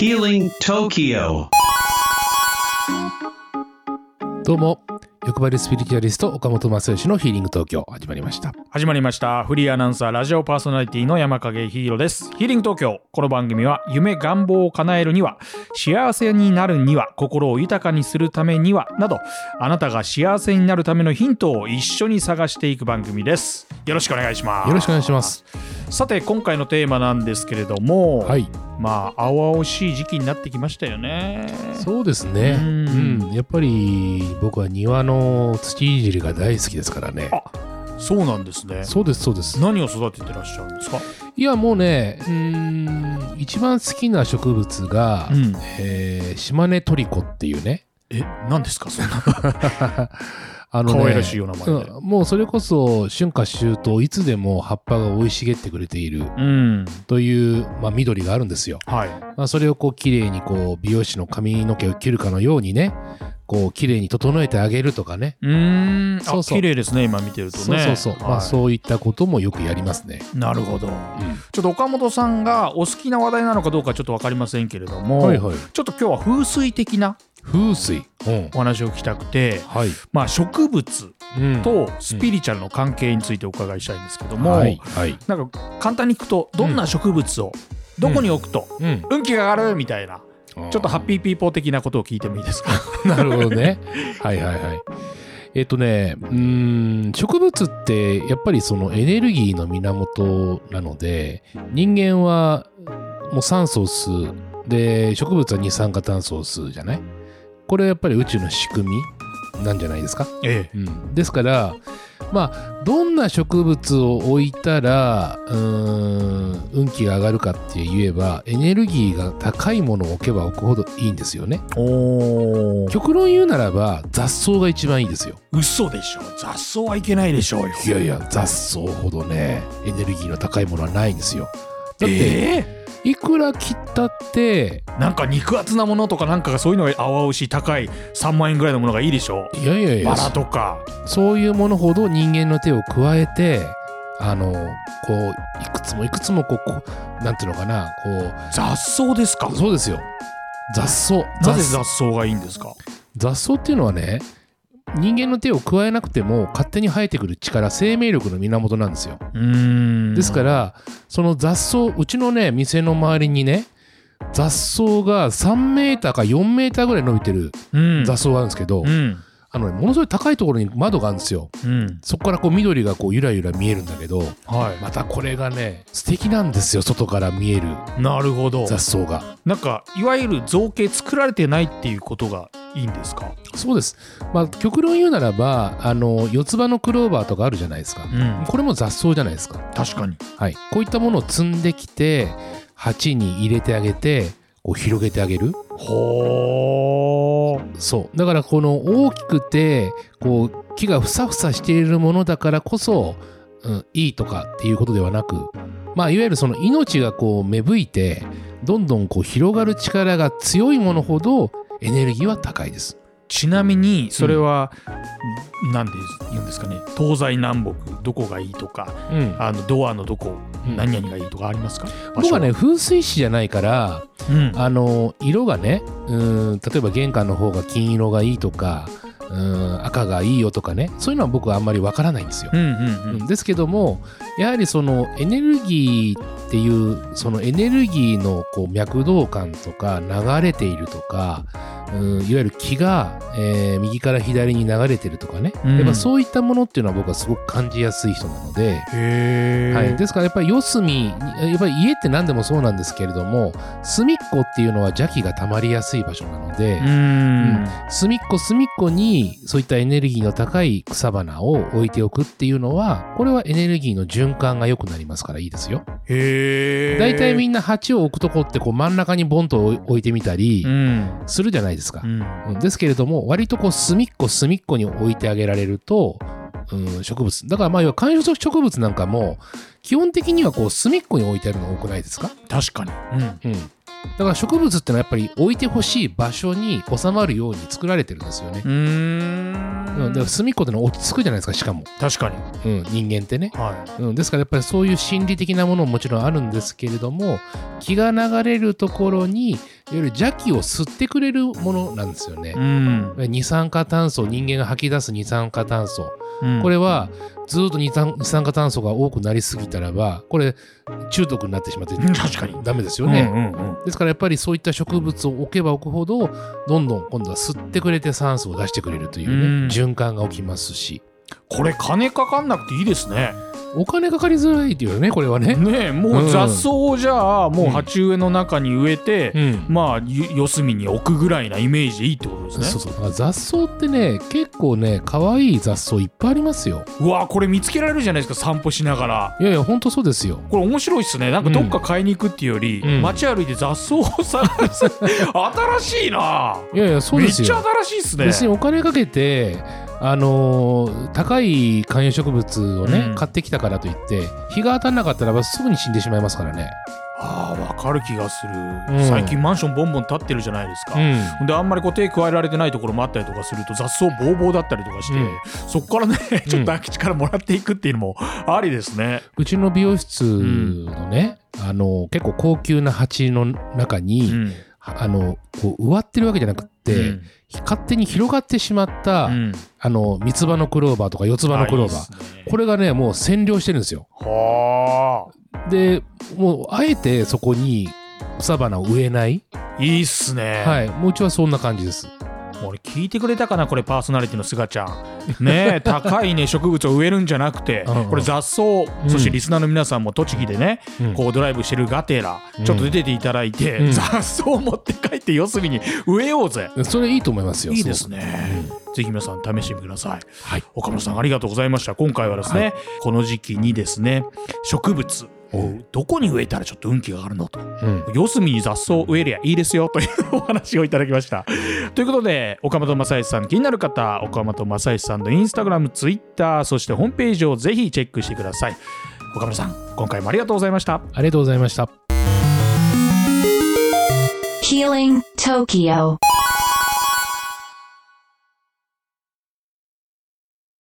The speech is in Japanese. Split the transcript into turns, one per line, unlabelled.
Healing Tokyo.
どうも、欲張りスピリチュアリスト岡本正義のヒーリング東京始まりました。
フリーアナウンサーラジオパーソナリティの山影ヒーローです。ヒーリング東京、この番組は夢願望を叶えるには、幸せになるには、心を豊かにするためにはなど、あなたが幸せになるためのヒントを一緒に探していく番組です。よろしくお願いします。
よろしくお願いします。
さて今回のテーマなんですけれども、
はい、
青々しい時期になってきましたよね。
そうですね。やっぱり僕は庭の土いじりが大好きですからね。
あ、そうなんですね。
そうですそうです。
何を育ててらっしゃるんですか？
いやもうね、一番好きな植物が、島根トリコっていうね。
何ですかそんな可愛らしいような名前で、
もうそれこそ春夏秋冬いつでも葉っぱが生い茂ってくれているという、緑があるんですよ。
はい。
それをこう綺麗にこう美容師の髪の毛を切るかのようにね、こう綺麗に整えてあげるとかね。
そうそう、綺麗ですね今見てるとね。
そう、はい、そういったこともよくやりますね。
なるほど、ちょっと岡本さんがお好きな話題なのかどうかちょっと分かりませんけれども、ちょっと今日は風水的なお話を聞きたくて、植物とスピリチュアルの関係についてお伺いしたいんですけども、なんか簡単に聞くとどんな植物をどこに置くと運気が上がるみたいな、ちょっとハッピーピーポー的なことを聞いてもいいですか？
なるほどね。はい植物ってやっぱりそのエネルギーの源なので、人間はもう酸素を吸うで、植物は二酸化炭素を吸うじゃない。これはやっぱり宇宙の仕組みなんじゃないですか。ですからどんな植物を置いたら運気が上がるかって言えば、エネルギーが高いものを置けば置くほどいいんですよね。極論言うならば雑草が一番いいですよ。
嘘でしょ？雑草はいけないでしょうよ。
いや雑草ほどねエネルギーの高いものはないんですよ。だっていくら切ったって
なんか肉厚なものとかなんかそういうのが青々しい高い3万円ぐらいのものがいいでしょ。
いや
バラとか
そういうものほど人間の手を加えてこういくつもこうなんていうのかな、こう
雑草ですか？
そうですよ、雑草。
なぜ雑草がいいんですか？雑
草っていうのはね、人間の手を加えなくても勝手に生えてくる力、生命力の源なんですよ。ですからその雑草、うちのね店の周りにね雑草が3メーターか4メーターぐらい伸びてる雑草があるんですけど、ものすごい高いところに窓があるんですよ。そこからこう緑がこうゆらゆら見えるんだけど、またこれがね素敵なんですよ、外から見える。
なるほど。
雑草が
なんかいわゆる造形作られてないっていうことがいいんですか？
そうです。極論言うならば四つ葉のクローバーとかあるじゃないですか、これも雑草じゃないですか。
確かに、
こういったものを積んできて鉢に入れてあげてこう広げてあげる。そうだからこの大きくてこう木がふさふさしているものだからこそ、いいとかっていうことではなく、いわゆるその命がこう芽吹いてどんどんこう広がる力が強いものほどエネルギーは高いです。
ちなみにそれは、何で言うんですかね、東西南北どこがいいとか、ドアのどこ、何々がいいとかありますか？
僕はね風水師じゃないから、色がね例えば玄関の方が金色がいいとか赤がいいよとかね、そういうのは僕はあんまりわからないんですよ。ですけどもやはりそのエネルギーっていうそのエネルギーのこう脈動感とか流れているとか、いわゆる気が、右から左に流れてるとかね、やっぱそういったものっていうのは僕はすごく感じやすい人なので、ですからやっぱり四隅、やっぱり家って何でもそうなんですけれども、隅っこっていうのは邪気が溜まりやすい場所なので、隅っこにそういったエネルギーの高い草花を置いておくっていうのは、これはエネルギーの循環が良くなりますからいいですよ。だいたいみんな鉢を置くとこってこう真ん中にボンと置いてみたりするじゃないですか。ですけれども割とこう隅っこに置いてあげられると、植物だから要は観葉植物なんかも基本的にはこう隅っこに置いてあるの多くないですか？
確かに、
だから植物ってのはやっぱり置いてほしい場所に収まるように作られてるんですよね。だから隅っこってのは落ち着くじゃないですか。しかも
確かに、
人間ってね、ですからやっぱりそういう心理的なものももちろんあるんですけれども、気が流れるところにゆる邪気を吸ってくれるものなんですよね。二酸化炭素、人間が吐き出す二酸化炭素、これはずっと二酸化炭素が多くなりすぎたらばこれ中毒になってしまって
確かに
ダメですよね。ですからやっぱりそういった植物を置けば置くほどどんどん今度は吸ってくれて酸素を出してくれるというね、循環が起きますし、
これ金かかんなくていいですね。
お金かかりづらいっていうね、これはね。
ねえ、もう雑草をじゃあもう鉢植えの中に植えて、まあ四隅に置くぐらいなイメージでいいってことですね。
そうそう。だから雑草ってね、結構ね、可愛い雑草いっぱいありますよ。
うわ、これ見つけられるじゃないですか、散歩しながら。
いやいや、ほんとそうですよ。
これ面白いっすね。なんかどっか買いに行くっていうより、街歩いて雑草を探す。新しいな。
いやいや、そうですよ。
めっちゃ新しいっすね。
別にお金かけて高い観葉植物をね、買ってきたからといって日が当たらなかったらばすぐに死んでしまいますからね。
わかる気がする、最近マンションボンボン建ってるじゃないですか、であんまりこう手加えられてないところもあったりとかすると雑草ボーボーだったりとかして、そこからねちょっと空き地からもらっていくっていうのもありですね。
うちの美容室のね、結構高級な鉢の中に、こう植わってるわけじゃなくって、勝手に広がってしまった、三つ葉のクローバーとか四つ葉のクローバー、これがねもう占領してるんですよ。でもうあえてそこに草花を植えない。
いいっすね。
はい、もううちはそんな感じです。
俺聞いてくれたかな、これパーソナリティのすがちゃんね。高いね植物を植えるんじゃなくてこれ雑草、そしてリスナーの皆さんも栃木でね、こうドライブしてるがてらちょっと出てていただいて、雑草を持って帰って四隅に植えようぜ。
それいいと思いますよ。
いいですね、ぜひ皆さん試してみてください。はい、岡村さんありがとうございました。今回はですね、この時期にですね植物どこに植えたらちょっと運気が上がるのと、四隅に雑草を植えりゃいいですよというお話をいただきましたということで、岡本正義さん気になる方、岡本正義さんのインスタグラム、ツイッター、そしてホームページをぜひチェックしてください。岡村さん今回もありがとうございました。
ありがとうございました。
Healing Tokyo